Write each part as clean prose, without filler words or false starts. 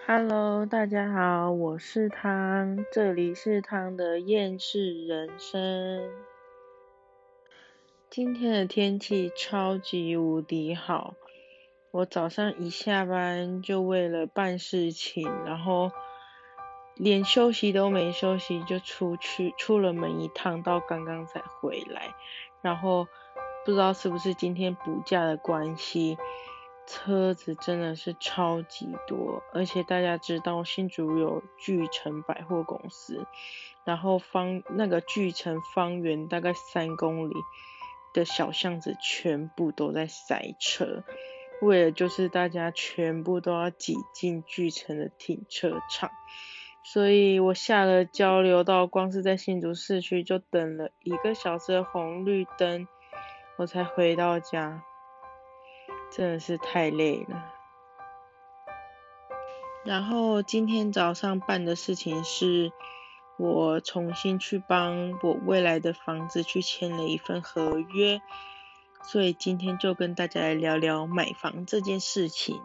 Hello，大家好，我是汤，这里是汤的厌世人生。今天的天气超级无敌好，我早上一下班就为了办事情，然后连休息都没休息就出了门一趟，到刚刚才回来，然后不知道是不是今天补假的关系，车子真的是超级多，而且大家知道新竹有巨城百货公司，然后那个巨城方圆大概3公里的小巷子全部都在塞车，为了就是大家全部都要挤进巨城的停车场，所以我下了交流道，光是在新竹市区就等了1个小时的红绿灯，我才回到家，真的是太累了。然后今天早上办的事情是，我重新去帮我未来的房子去签了一份合约，所以今天就跟大家来聊聊买房这件事情。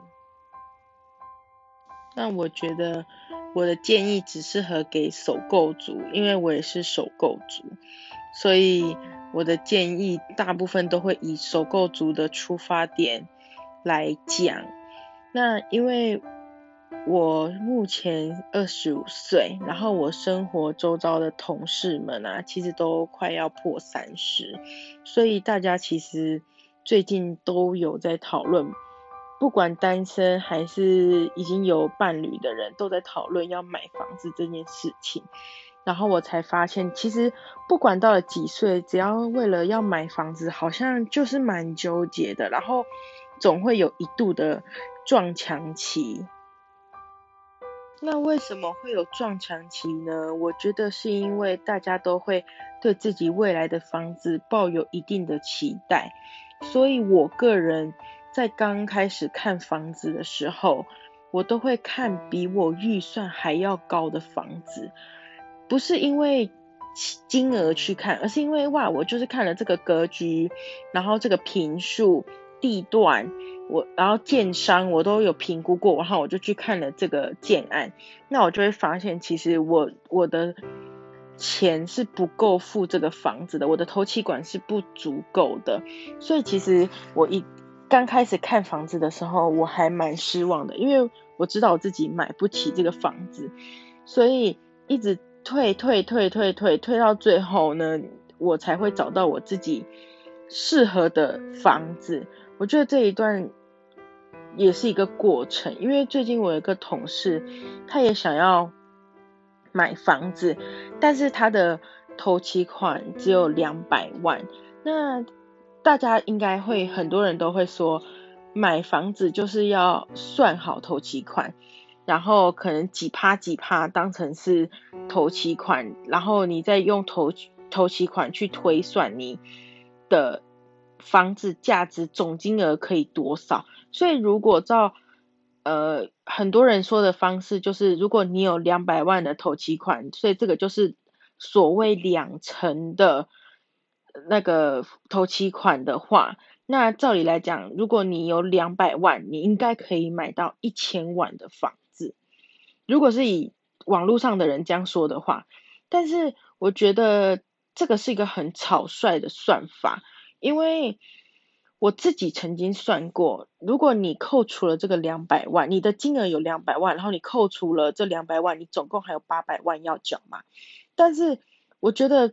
那我觉得我的建议只适合给首购族，因为我也是首购族，所以我的建议大部分都会以首购族的出发点来讲。那因为我目前25岁，然后我生活周遭的同事们啊，其实都快要破30，所以大家其实最近都有在讨论，不管单身还是已经有伴侣的人，都在讨论要买房子这件事情。然后我才发现，其实不管到了几岁，只要为了要买房子，好像就是蛮纠结的，然后总会有一度的撞墙期。那为什么会有撞墙期呢？我觉得是因为大家都会对自己未来的房子抱有一定的期待，所以我个人在刚开始看房子的时候，我都会看比我预算还要高的房子，不是因为金额去看，而是因为哇，我就是看了这个格局，然后这个坪数、地段，然后建商我都有评估过，然后我就去看了这个建案，那我就会发现，其实我的钱是不够付这个房子的，我的头期款是不足够的，所以其实我刚开始看房子的时候，我还蛮失望的，因为我知道我自己买不起这个房子，所以一直退到最后呢，我才会找到我自己适合的房子。我觉得这一段也是一个过程，因为最近我有一个同事，他也想要买房子，但是他的头期款只有200万。那大家应该会很多人都会说，买房子就是要算好头期款，然后可能几趴几趴当成是头期款，然后你再用头期款去推算你的房子价值总金额可以多少。所以如果照很多人说的方式，就是如果你有200万的头期款，所以这个就是所谓2成的那个头期款的话，那照理来讲，如果你有200万，你应该可以买到1000万的房子。如果是以网络上的人这样说的话，但是我觉得这个是一个很草率的算法，因为我自己曾经算过，如果你扣除了这个200万，你的金额有200万，然后你扣除了这200万，你总共还有800万要缴嘛。但是我觉得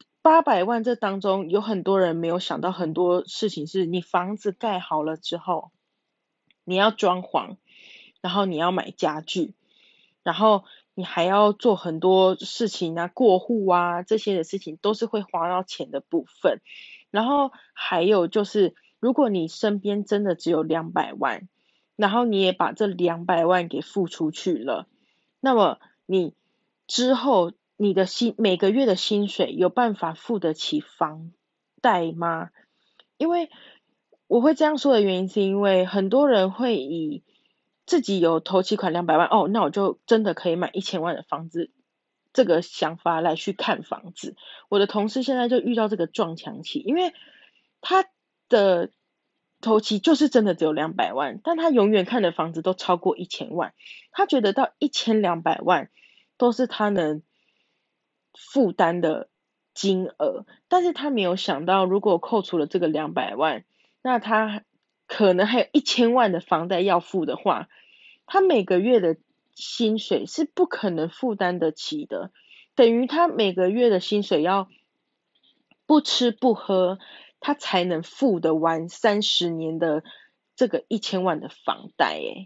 800万这当中有很多人没有想到很多事情，是你房子盖好了之后，你要装潢，然后你要买家具，然后你还要做很多事情啊，过户啊，这些的事情都是会花到钱的部分。然后还有就是，如果你身边真的只有200万，然后你也把这200万给付出去了，那么你之后你的每个月的薪水有办法付得起房贷吗？因为我会这样说的原因，是因为很多人会以自己有头期款200万，哦，那我就真的可以买1000万的房子，这个想法来去看房子。我的同事现在就遇到这个撞墙期，因为他的头期就是真的只有200万，但他永远看的房子都超过1000万，他觉得到1200万都是他能负担的金额，但是他没有想到，如果扣除了这个200万，那他可能还有1000万的房贷要付的话，他每个月的薪水是不可能负担得起的，等于他每个月的薪水要不吃不喝，他才能付得完30年的这个1000万的房贷诶。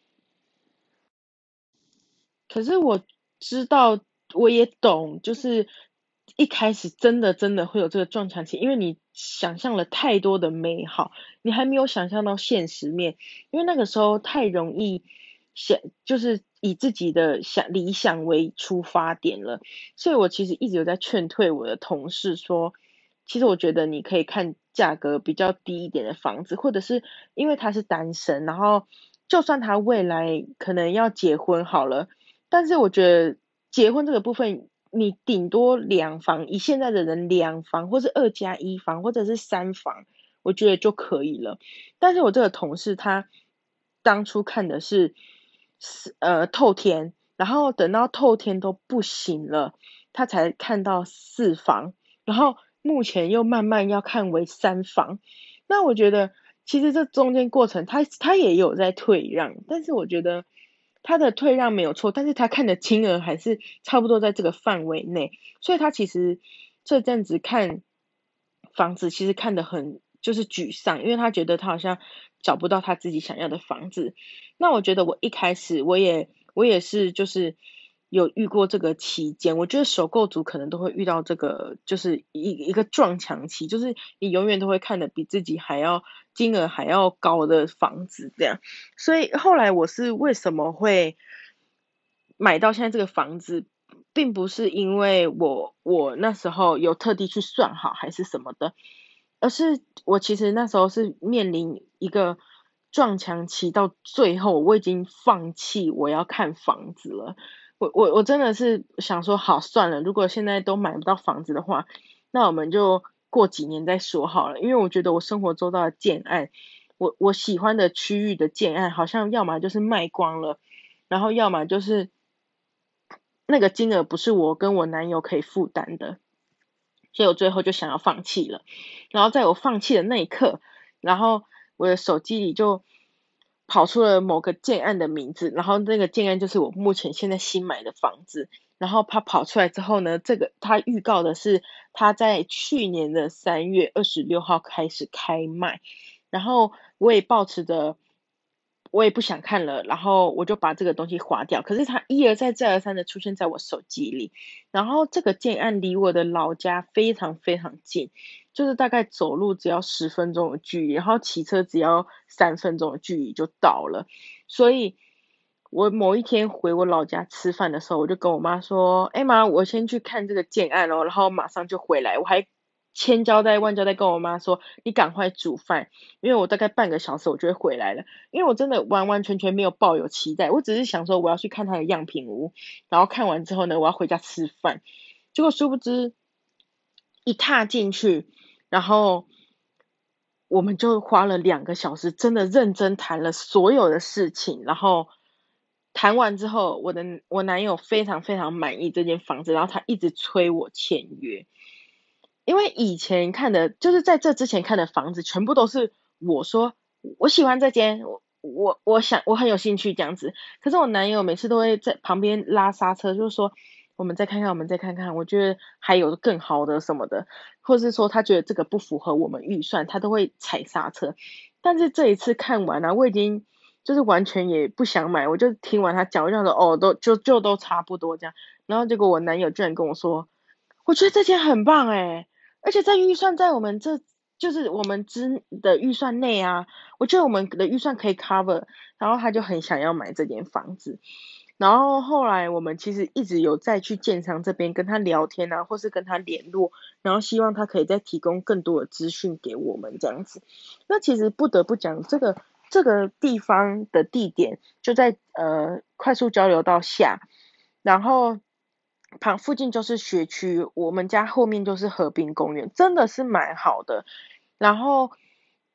可是我知道，我也懂，就是一开始真的会有这个撞墙期，因为你想象了太多的美好，你还没有想象到现实面，因为那个时候太容易就是以自己的理想为出发点了，所以我其实一直有在劝退我的同事说，其实我觉得你可以看价格比较低一点的房子，或者是因为他是单身，然后就算他未来可能要结婚好了。但是我觉得结婚这个部分，你顶多两房，以现在的人两房，或是2+1房，或者是3房，我觉得就可以了。但是我这个同事他当初看的是透天，然后等到透天都不行了，他才看到4房，然后目前又慢慢要看为3房。那我觉得其实这中间过程他也有在退让，但是我觉得他的退让没有错，但是他看的金额还是差不多在这个范围内，所以他其实这阵子看房子其实看得很就是沮丧，因为他觉得他好像找不到他自己想要的房子。那我觉得我一开始我也是就是有遇过这个期间，我觉得首购族可能都会遇到这个就是一个撞墙期，就是你永远都会看的比自己还要金额还要高的房子这样。所以后来我是为什么会买到现在这个房子，并不是因为我那时候有特地去算好还是什么的，而是我其实那时候是面临一个撞墙期，到最后我已经放弃我要看房子了。我真的是想说，好算了，如果现在都买不到房子的话，那我们就过几年再说好了。因为我觉得我生活周遭的建案，我喜欢的区域的建案，好像要么就是卖光了，然后要么就是那个金额不是我跟我男友可以负担的，所以我最后就想要放弃了。然后在我放弃的那一刻，然后我的手机里就跑出了某个建案的名字，然后那个建案就是我目前现在新买的房子。然后它跑出来之后呢，这个它预告的是它在去年的3月26号开始开卖，然后我也抱持着我也不想看了，然后我就把这个东西划掉。可是它一而再再而三的出现在我手机里，然后这个建案离我的老家非常非常近，就是大概走路只要10分钟的距离，然后骑车只要3分钟的距离就到了。所以我某一天回我老家吃饭的时候，我就跟我妈说：“哎妈，我先去看这个建案哦，然后马上就回来。”我还千交代万交代跟我妈说：“你赶快煮饭，因为我大概半个小时我就会回来了。”因为我真的完完全全没有抱有期待，我只是想说我要去看它的样品屋，然后看完之后呢，我要回家吃饭。结果殊不知一踏进去，然后我们就花了2个小时，真的认真谈了所有的事情。然后谈完之后，我男友非常非常满意这间房子，然后他一直催我签约。因为以前看的，就是在这之前看的房子，全部都是我说我喜欢这间，我想我很有兴趣这样子。可是我男友每次都会在旁边拉刹车，就是说我们再看看，我们再看看，我觉得还有更好的什么的，或是说他觉得这个不符合我们预算，他都会踩刹车。但是这一次看完了，我已经就是完全也不想买，我就听完他讲，我就想说哦，就都差不多这样。然后结果我男友居然跟我说，我觉得这间很棒诶，而且在预算在我们这就是我们的预算内啊，我觉得我们的预算可以 cover，然后他就很想要买这间房子。然后后来我们其实一直有再去建商这边跟他聊天啊，或是跟他联络，然后希望他可以再提供更多的资讯给我们这样子。那其实不得不讲，这个地方的地点就在快速交流道下，然后附近就是学区，我们家后面就是河滨公园，真的是蛮好的。然后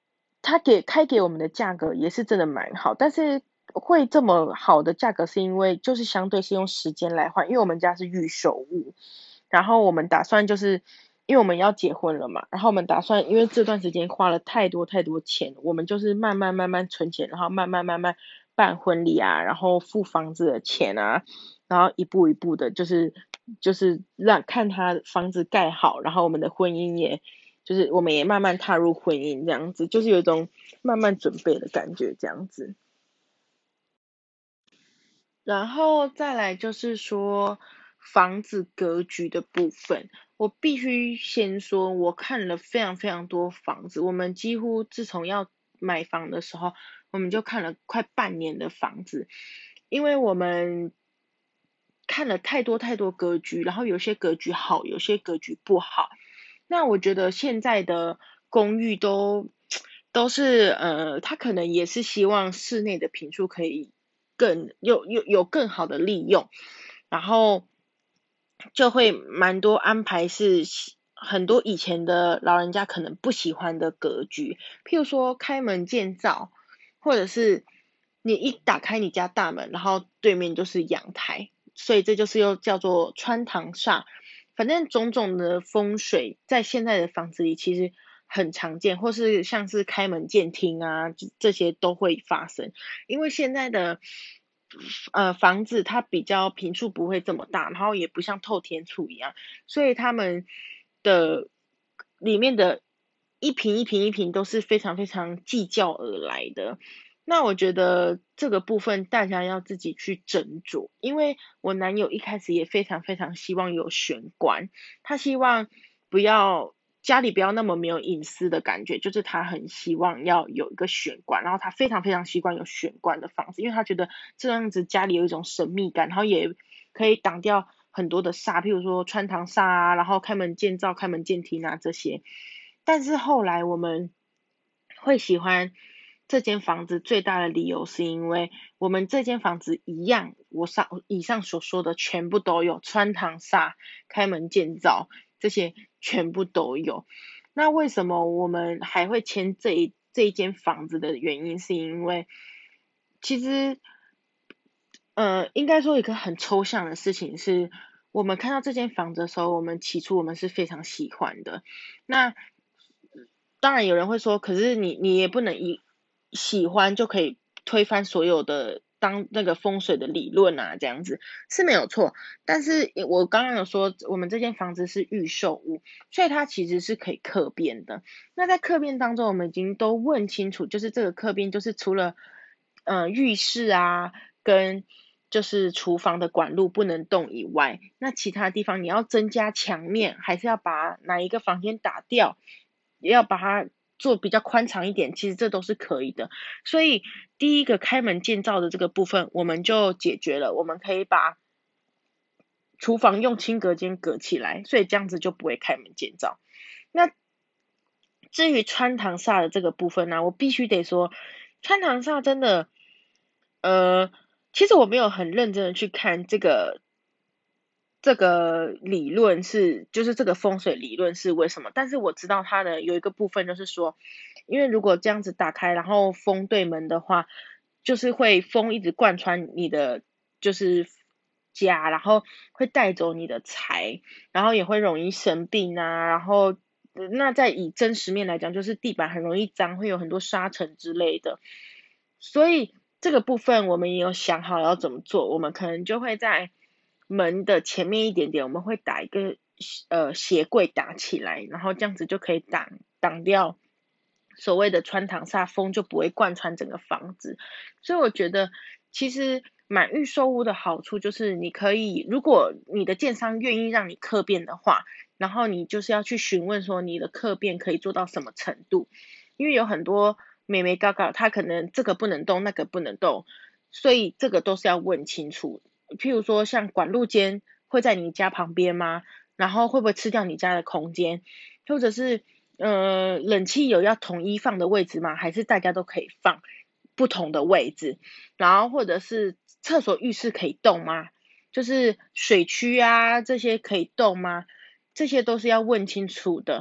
他开给我们的价格也是真的蛮好，但是会这么好的价格是因为就是相对是用时间来换，因为我们家是预售屋，然后我们打算就是因为我们要结婚了嘛，然后我们打算因为这段时间花了太多太多钱，我们就是慢慢慢慢存钱，然后慢慢慢慢办婚礼啊，然后付房子的钱啊，然后一步一步的，就是让看他房子盖好，然后我们的婚姻也就是我们也慢慢踏入婚姻这样子，就是有一种慢慢准备的感觉这样子。然后再来就是说房子格局的部分，我必须先说，我看了非常非常多房子，我们几乎自从要买房的时候，我们就看了快半年的房子，因为我们看了太多太多格局，然后有些格局好，有些格局不好。那我觉得现在的公寓都是他可能也是希望室内的坪数可以有更好的利用，然后就会蛮多安排是很多以前的老人家可能不喜欢的格局，譬如说开门见灶，或者是你一打开你家大门，然后对面就是阳台，所以这就是又叫做穿堂煞。反正种种的风水在现在的房子里其实很常见，或是像是开门见厅啊，这些都会发生。因为现在的房子它比较坪数不会这么大，然后也不像透天厝一样，所以他们的里面的一平一平一平都是非常非常计较而来的。那我觉得这个部分大家要自己去斟酌，因为我男友一开始也非常非常希望有玄关，他希望不要家里不要那么没有隐私的感觉，就是他很希望要有一个玄关，然后他非常非常习惯有玄关的房子，因为他觉得这样子家里有一种神秘感，然后也可以挡掉很多的煞，譬如说穿堂煞啊，然后开门见灶、开门见厅啊这些。但是后来我们会喜欢这间房子最大的理由是因为我们这间房子一样，我以上所说的全部都有，穿堂煞、开门见灶这些全部都有。那为什么我们还会签这一间房子的原因，是因为其实应该说一个很抽象的事情是，我们看到这间房子的时候，我们起初我们是非常喜欢的。那当然有人会说，可是你也不能以喜欢就可以推翻所有的当那个风水的理论啊，这样子是没有错。但是我刚刚有说，我们这间房子是预售屋，所以它其实是可以客变的。那在客变当中，我们已经都问清楚，就是这个客变就是除了浴室啊跟就是厨房的管路不能动以外，那其他地方你要增加墙面，还是要把哪一个房间打掉，也要把它做比较宽敞一点，其实这都是可以的。所以第一个开门见灶的这个部分，我们就解决了，我们可以把厨房用轻隔间隔起来，所以这样子就不会开门见灶。那至于穿堂煞的这个部分呢、我必须得说，穿堂煞真的，呃，其实我没有很认真的去看这个理论是，就是这个风水理论是为什么，但是我知道它的有一个部分就是说，因为如果这样子打开，然后风对门的话，就是会风一直贯穿你的就是家，然后会带走你的财，然后也会容易生病啊，然后那在以真实面来讲，就是地板很容易脏，会有很多沙尘之类的，所以这个部分我们也有想好要怎么做，我们可能就会在门的前面一点点，我们会打一个鞋柜打起来，然后这样子就可以挡掉所谓的穿堂煞，风就不会贯穿整个房子。所以我觉得其实买预售屋的好处就是你可以，如果你的建商愿意让你客变的话，然后你就是要去询问说你的客变可以做到什么程度，因为有很多美眉嘎嘎，他可能这个不能动，那个不能动，所以这个都是要问清楚。譬如说像管路间会在你家旁边吗？然后会不会吃掉你家的空间？或者是冷气有要统一放的位置吗？还是大家都可以放不同的位置？然后或者是厕所浴室可以动吗？就是水区啊这些可以动吗？这些都是要问清楚的。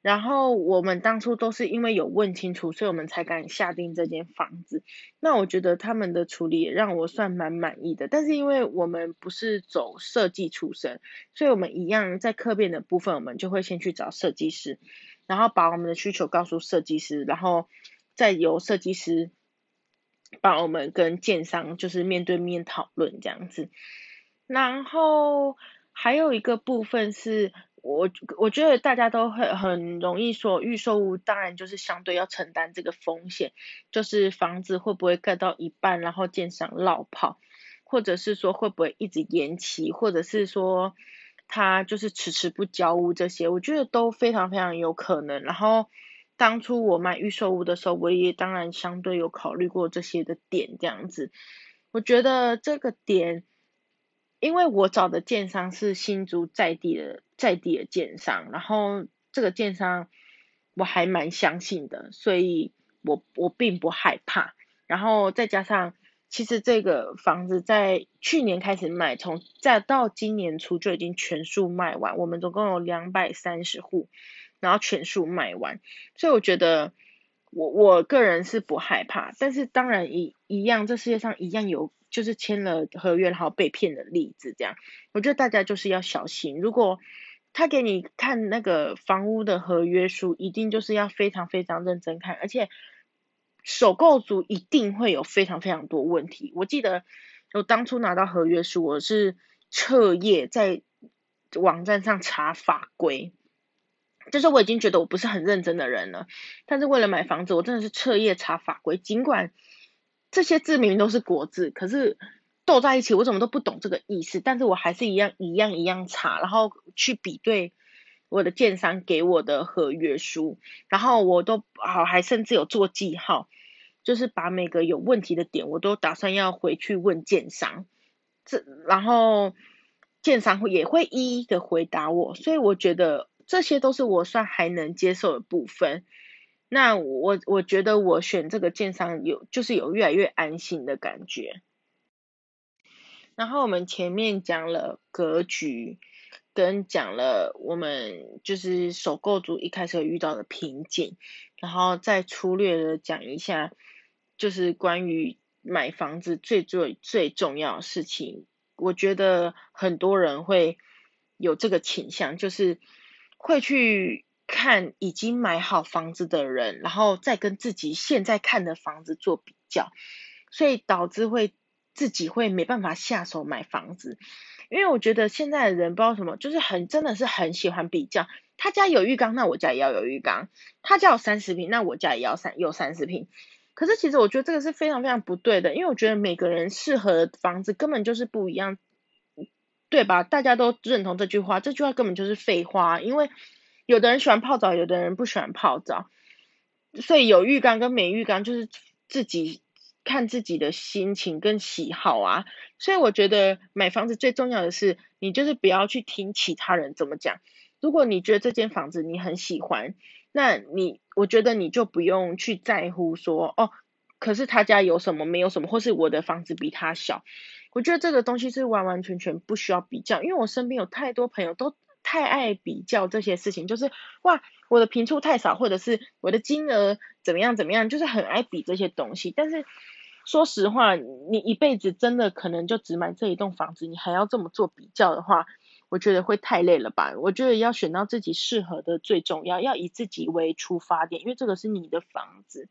然后我们当初都是因为有问清楚，所以我们才敢下定这间房子。那我觉得他们的处理也让我算蛮满意的。但是因为我们不是走设计出身，所以我们一样在客变的部分，我们就会先去找设计师，然后把我们的需求告诉设计师，然后再由设计师帮我们跟建商就是面对面讨论这样子。然后还有一个部分是我觉得大家都会很容易说预售屋，当然就是相对要承担这个风险，就是房子会不会盖到一半，然后建商落跑，或者是说会不会一直延期，或者是说他就是迟迟不交屋这些，我觉得都非常非常有可能。然后当初我买预售屋的时候，我也当然相对有考虑过这些的点这样子。我觉得这个点，因为我找的建商是新竹在地的建商，然后这个建商我还蛮相信的，所以我并不害怕。然后再加上，其实这个房子在去年开始卖，再到今年初就已经全数卖完，我们总共有230户，然后全数卖完，所以我觉得我个人是不害怕，但是当然一样，这世界上一样有就是签了合约然后被骗的例子，这样，我觉得大家就是要小心。如果他给你看那个房屋的合约书，一定就是要非常非常认真看，而且首购族一定会有非常非常多问题。我记得我当初拿到合约书，我是彻夜在网站上查法规，就是我已经觉得我不是很认真的人了，但是为了买房子，我真的是彻夜查法规。尽管这些字明明都是国字，可是斗在一起，我怎么都不懂这个意思，但是我还是一样查，然后去比对我的建商给我的合约书，然后我都还甚至有做记号，就是把每个有问题的点，我都打算要回去问建商。然后建商也会一一的回答我，所以我觉得这些都是我算还能接受的部分。那我觉得我选这个建商就是有越来越安心的感觉。然后我们前面讲了格局，跟讲了我们就是首购族一开始有遇到的瓶颈，然后再粗略的讲一下，就是关于买房子最重要的事情。我觉得很多人会有这个倾向，就是会去看已经买好房子的人，然后再跟自己现在看的房子做比较。所以导致自己会没办法下手买房子。因为我觉得现在的人不知道什么，就是真的是很喜欢比较。他家有浴缸，那我家也要有浴缸；他家有30平，那我家也要有30平。可是其实我觉得这个是非常非常不对的，因为我觉得每个人适合的房子根本就是不一样，对吧？大家都认同这句话，这句话根本就是废话，因为有的人喜欢泡澡，有的人不喜欢泡澡，所以有浴缸跟没浴缸就是自己看自己的心情跟喜好啊。所以我觉得买房子最重要的是，你就是不要去听其他人怎么讲。如果你觉得这间房子你很喜欢，我觉得你就不用去在乎说哦，可是他家有什么没有什么，或是我的房子比他小。我觉得这个东西是完完全全不需要比较，因为我身边有太多朋友都太爱比较这些事情，就是哇，我的平数太少，或者是我的金额怎么样怎么样，就是很爱比这些东西。但是说实话，你一辈子真的可能就只买这一栋房子，你还要这么做比较的话，我觉得会太累了吧。我觉得要选到自己适合的最重要，要以自己为出发点，因为这个是你的房子。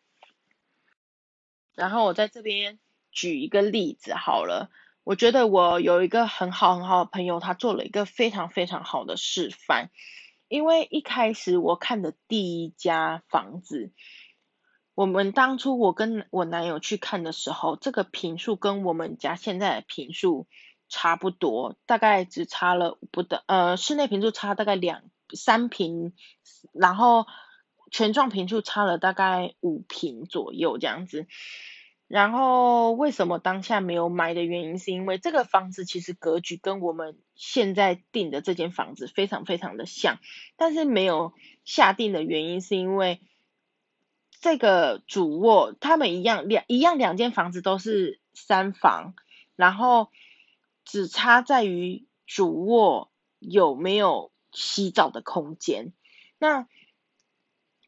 然后我在这边举一个例子好了，我觉得我有一个很好很好的朋友，他做了一个非常非常好的示范。因为一开始我看的第一家房子，当初我跟我男友去看的时候，这个平数跟我们家现在的平数差不多，大概只差了不到，室内平数差大概3平，然后全幢平数差了大概5平左右这样子。然后为什么当下没有买的原因，是因为这个房子其实格局跟我们现在订的这间房子非常非常的像，但是没有下定的原因是因为这个主卧他们两间房子都是3房，然后只差在于主卧有没有洗澡的空间。那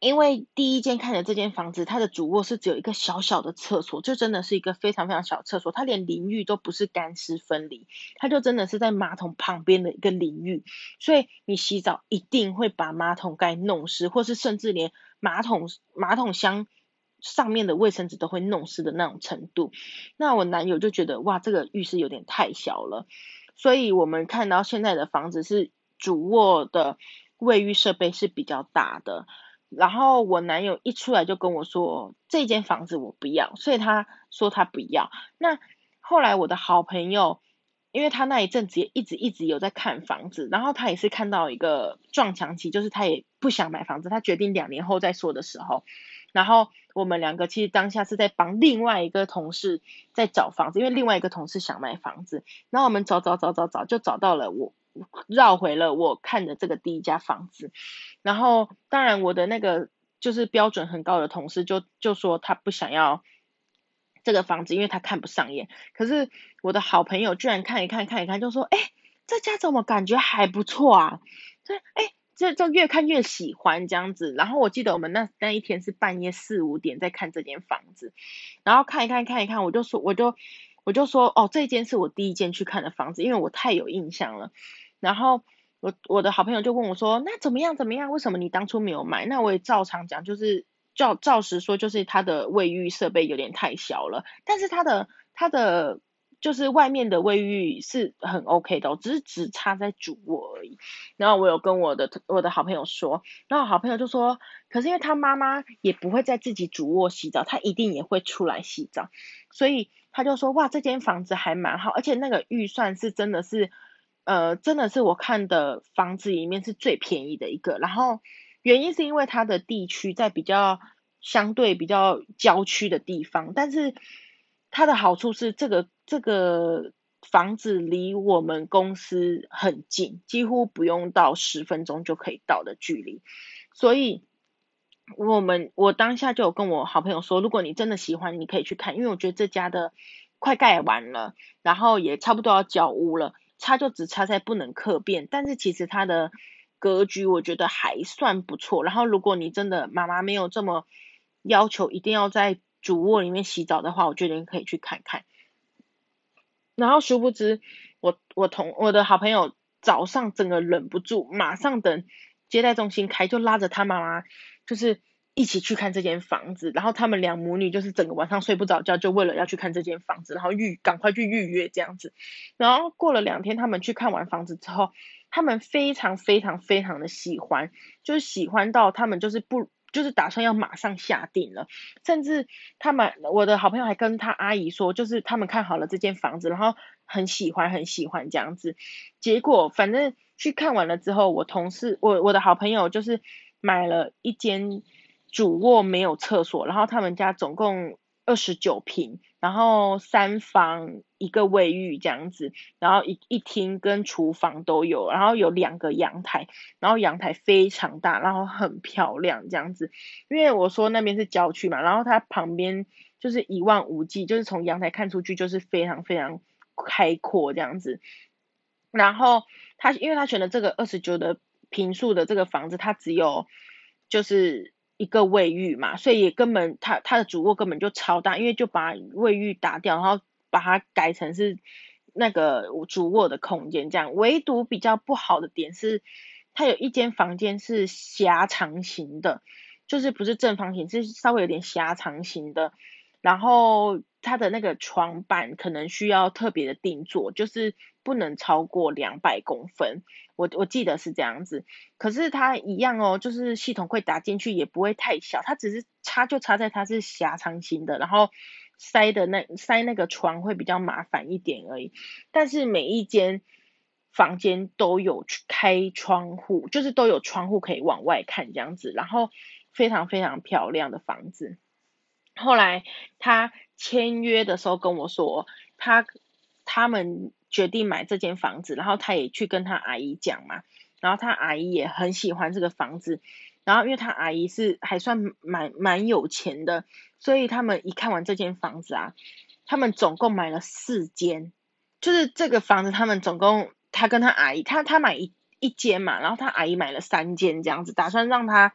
因为第一间看的这间房子，它的主卧是只有一个小小的厕所，就真的是一个非常非常小的厕所，它连淋浴都不是干湿分离，它就真的是在马桶旁边的一个淋浴，所以你洗澡一定会把马桶盖弄湿，或是甚至连马桶箱上面的卫生纸都会弄湿的那种程度。那我男友就觉得哇，这个浴室有点太小了，所以我们看到现在的房子是主卧的卫浴设备是比较大的。然后我男友一出来就跟我说，这间房子我不要，所以他说他不要。那后来我的好朋友，因为他那一阵子也一直有在看房子，然后他也是看到一个撞墙期，就是他也不想买房子，他决定2年后再说的时候，然后我们两个其实当下是在帮另外一个同事在找房子，因为另外一个同事想买房子，然后我们找就找到了绕回了我看的这个第一家房子。然后当然我的那个就是标准很高的同事就说他不想要这个房子，因为他看不上眼。可是我的好朋友居然看一看，就说：“哎，这家怎么感觉还不错啊？”这越看越喜欢这样子。然后我记得我们那一天是半夜4、5点在看这间房子，然后看一看，我就说哦，这间是我第一间去看的房子，因为我太有印象了。然后我的好朋友就问我说，那怎么样？为什么你当初没有买？那我也照常讲，就是照实说，就是它的卫浴设备有点太小了，但是它的就是外面的卫浴是很 OK 的哦，只差在主卧而已。然后我有跟我的好朋友说，然后好朋友就说，可是因为他妈妈也不会在自己主卧洗澡，他一定也会出来洗澡，所以他就说哇，这间房子还蛮好，而且那个预算是真的是我看的房子里面是最便宜的一个。然后原因是因为它的地区在相对比较郊区的地方，但是它的好处是这个房子离我们公司很近，几乎不用到10分钟就可以到的距离，所以我当下就有跟我好朋友说，如果你真的喜欢，你可以去看，因为我觉得这家的快盖完了，然后也差不多要交屋了，只差在不能客变，但是其实它的格局我觉得还算不错。然后如果你真的妈妈没有这么要求一定要在主卧里面洗澡的话，我觉得你可以去看看。然后殊不知，我的好朋友早上整个忍不住，马上等接待中心开，就拉着他妈妈，就是一起去看这间房子。然后他们两母女就是整个晚上睡不着觉，就为了要去看这间房子，然后赶快去预约这样子。然后过了2天，他们去看完房子之后，他们非常非常非常的喜欢，就是喜欢到他们就是打算要马上下定了。甚至我的好朋友还跟他阿姨说，就是他们看好了这间房子，然后很喜欢很喜欢这样子。结果反正去看完了之后，我的好朋友就是买了一间主卧没有厕所，然后他们家总共29平，然后3房一个卫浴这样子，然后一厅跟厨房都有，然后有2个阳台，然后阳台非常大，然后很漂亮这样子。因为我说那边是郊区嘛，然后它旁边就是一望无际，就是从阳台看出去就是非常非常开阔这样子。然后因为他选的这个29的平数的这个房子，它只有就是一个卫浴嘛，所以也根本它的主卧根本就超大，因为就把卫浴打掉，然后把它改成是那个主卧的空间这样。唯独比较不好的点是，它有一间房间是狭长型的，就是不是正方形，是稍微有点狭长型的。然后它的那个床板可能需要特别的定做，就是不能超过200公分，我记得是这样子。可是它一样哦，就是系统会打进去也不会太小，它只是差在它是狭长型的，然后塞那个床会比较麻烦一点而已。但是每一间房间都有开窗户，就是都有窗户可以往外看这样子，然后非常非常漂亮的房子。后来他签约的时候跟我说，他们决定买这间房子，然后他也去跟他阿姨讲嘛，然后他阿姨也很喜欢这个房子，然后因为他阿姨是还算蛮有钱的，所以他们一看完这间房子啊，他们总共买了4间，就是这个房子他们总共他跟他阿姨他买一间嘛，然后他阿姨买了3间这样子，打算让他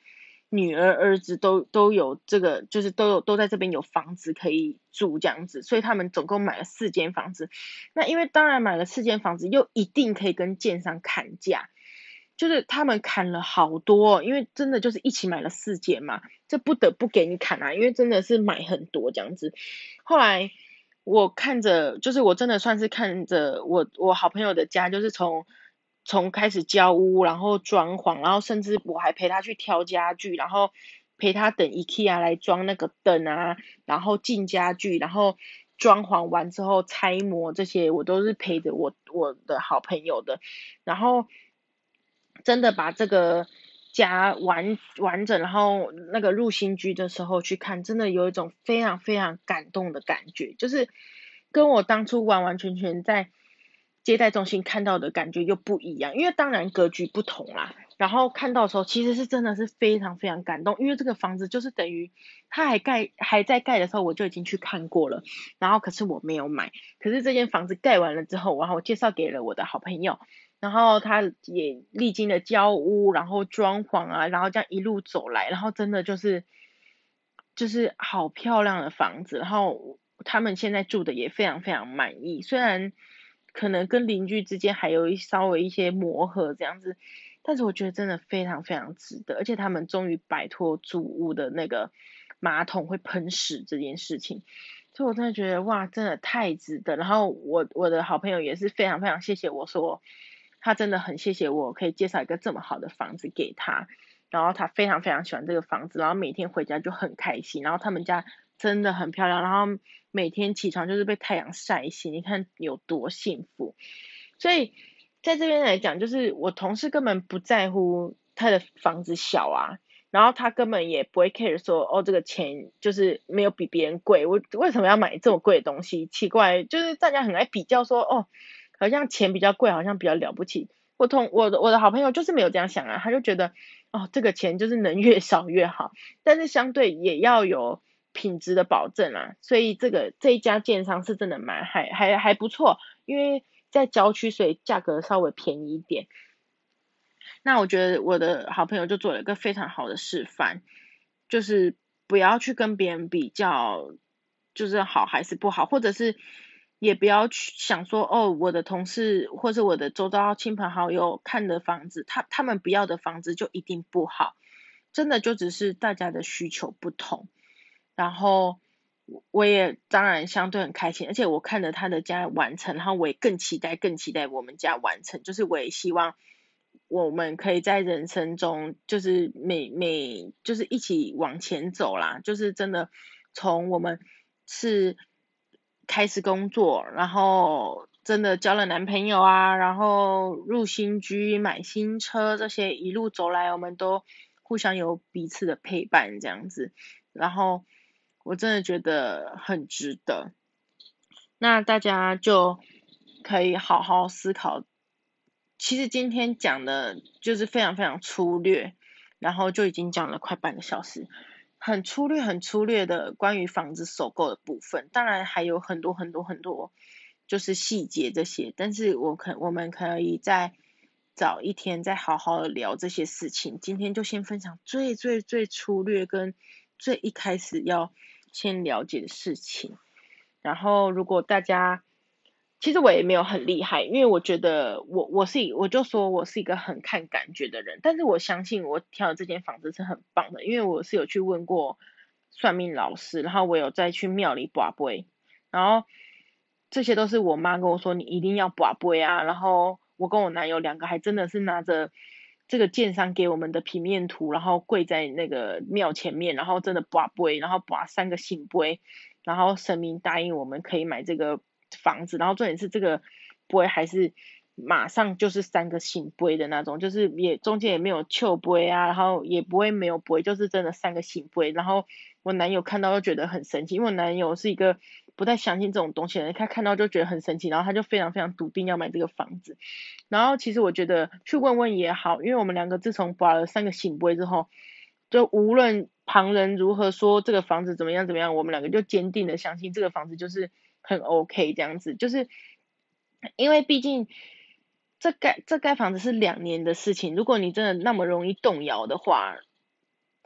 女儿儿子都有这个，就是都在这边有房子可以住这样子，所以他们总共买了4间房子。那因为当然买了4间房子，又一定可以跟建商砍价，就是他们砍了好多，因为真的就是一起买了4间嘛，这不得不给你砍啊，因为真的是买很多这样子。后来我看着，就是我真的算是看着我好朋友的家，就是从开始交屋，然后装潢，然后甚至我还陪他去挑家具，然后陪他等 IKEA 来装那个灯啊，然后进家具，然后装潢完之后拆模这些，我都是陪着我的好朋友的，然后真的把这个家完整，然后那个入新居的时候去看，真的有一种非常非常感动的感觉，就是跟我当初完完全全在接待中心看到的感觉又不一样，因为当然格局不同啦。然后看到的时候，其实是真的是非常非常感动，因为这个房子就是等于它还在盖的时候，我就已经去看过了，然后可是我没有买，可是这间房子盖完了之后，然后我介绍给了我的好朋友，然后他也历经了交屋，然后装潢啊，然后这样一路走来，然后真的就是好漂亮的房子，然后他们现在住的也非常非常满意，虽然可能跟邻居之间还有稍微一些磨合这样子，但是我觉得真的非常非常值得，而且他们终于摆脱租屋的那个马桶会喷屎这件事情，所以我真的觉得哇，真的太值得。然后我的好朋友也是非常非常谢谢我说，他真的很谢谢我可以介绍一个这么好的房子给他，然后他非常非常喜欢这个房子，然后每天回家就很开心，然后他们家真的很漂亮，然后每天起床就是被太阳晒醒，你看有多幸福。所以在这边来讲，就是我同事根本不在乎他的房子小啊，然后他根本也不会 care 说，哦，这个钱就是没有比别人贵，我为什么要买这么贵的东西？奇怪，就是大家很爱比较说，哦，好像钱比较贵，好像比较了不起。我的好朋友就是没有这样想啊，他就觉得，哦，这个钱就是能越少越好，但是相对也要有品质的保证啊，所以这一家建商是真的还不错，因为在郊区，所以价格稍微便宜一点。那我觉得我的好朋友就做了一个非常好的示范，就是不要去跟别人比较，就是好还是不好，或者是也不要去想说，哦，我的同事或是我的周遭亲朋好友看的房子，他们不要的房子就一定不好，真的就只是大家的需求不同。然后我也当然相对很开心，而且我看着他的家完成，然后我也更期待我们家完成，就是我也希望我们可以在人生中，就是就是一起往前走啦，就是真的从我们是开始工作，然后真的交了男朋友啊，然后入新居、买新车这些一路走来，我们都互相有彼此的陪伴这样子。然后我真的觉得很值得。那大家就可以好好思考。其实今天讲的就是非常非常粗略，然后就已经讲了快半个小时，很粗略很粗略的关于房子首购的部分。当然还有很多很多很多就是细节这些，但是我们可以再找一天再好好的聊这些事情。今天就先分享最最最粗略跟最一开始要先了解的事情。然后如果大家，其实我也没有很厉害，因为我觉得我就说我是一个很看感觉的人，但是我相信我挑的这间房子是很棒的，因为我是有去问过算命老师，然后我有再去庙里卜龟，然后这些都是我妈跟我说你一定要卜龟啊，然后我跟我男友两个还真的是拿着这个建商给我们的平面图，然后跪在那个庙前面，然后真的卜龟，然后卜3个圣杯，然后神明答应我们可以买这个房子，然后重点是这个不会还是马上就是3个醒杯的那种，就是也中间也没有秋杯啊，然后也不会没有杯，就是真的3个醒杯。然后我男友看到就觉得很神奇，因为我男友是一个不太相信这种东西的人，他看到就觉得很神奇，然后他就非常非常笃定要买这个房子。然后其实我觉得去问问也好，因为我们两个自从拔了3个醒杯之后，就无论旁人如何说这个房子怎么样怎么样，我们两个就坚定的相信这个房子就是很 OK 这样子，就是因为毕竟这盖房子是2年的事情，如果你真的那么容易动摇的话，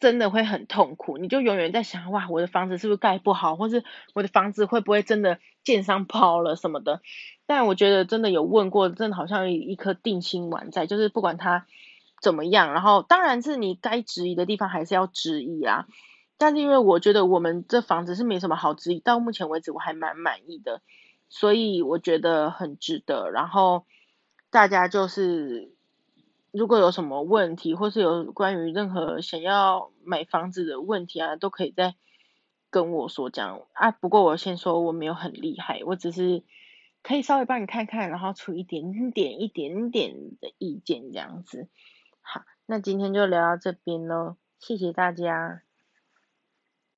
真的会很痛苦，你就永远在想，哇，我的房子是不是盖不好，或是我的房子会不会真的建商抛了什么的。但我觉得真的有问过，真的好像有一颗定心丸在，就是不管它怎么样，然后当然是你该质疑的地方还是要质疑啊。但是因为我觉得我们这房子是没什么好质疑，到目前为止我还蛮满意的，所以我觉得很值得。然后大家就是如果有什么问题，或是有关于任何想要买房子的问题啊，都可以再跟我说这样啊。不过我先说我没有很厉害，我只是可以稍微帮你看看，然后出一点点的意见这样子。好，那今天就聊到这边喽，谢谢大家。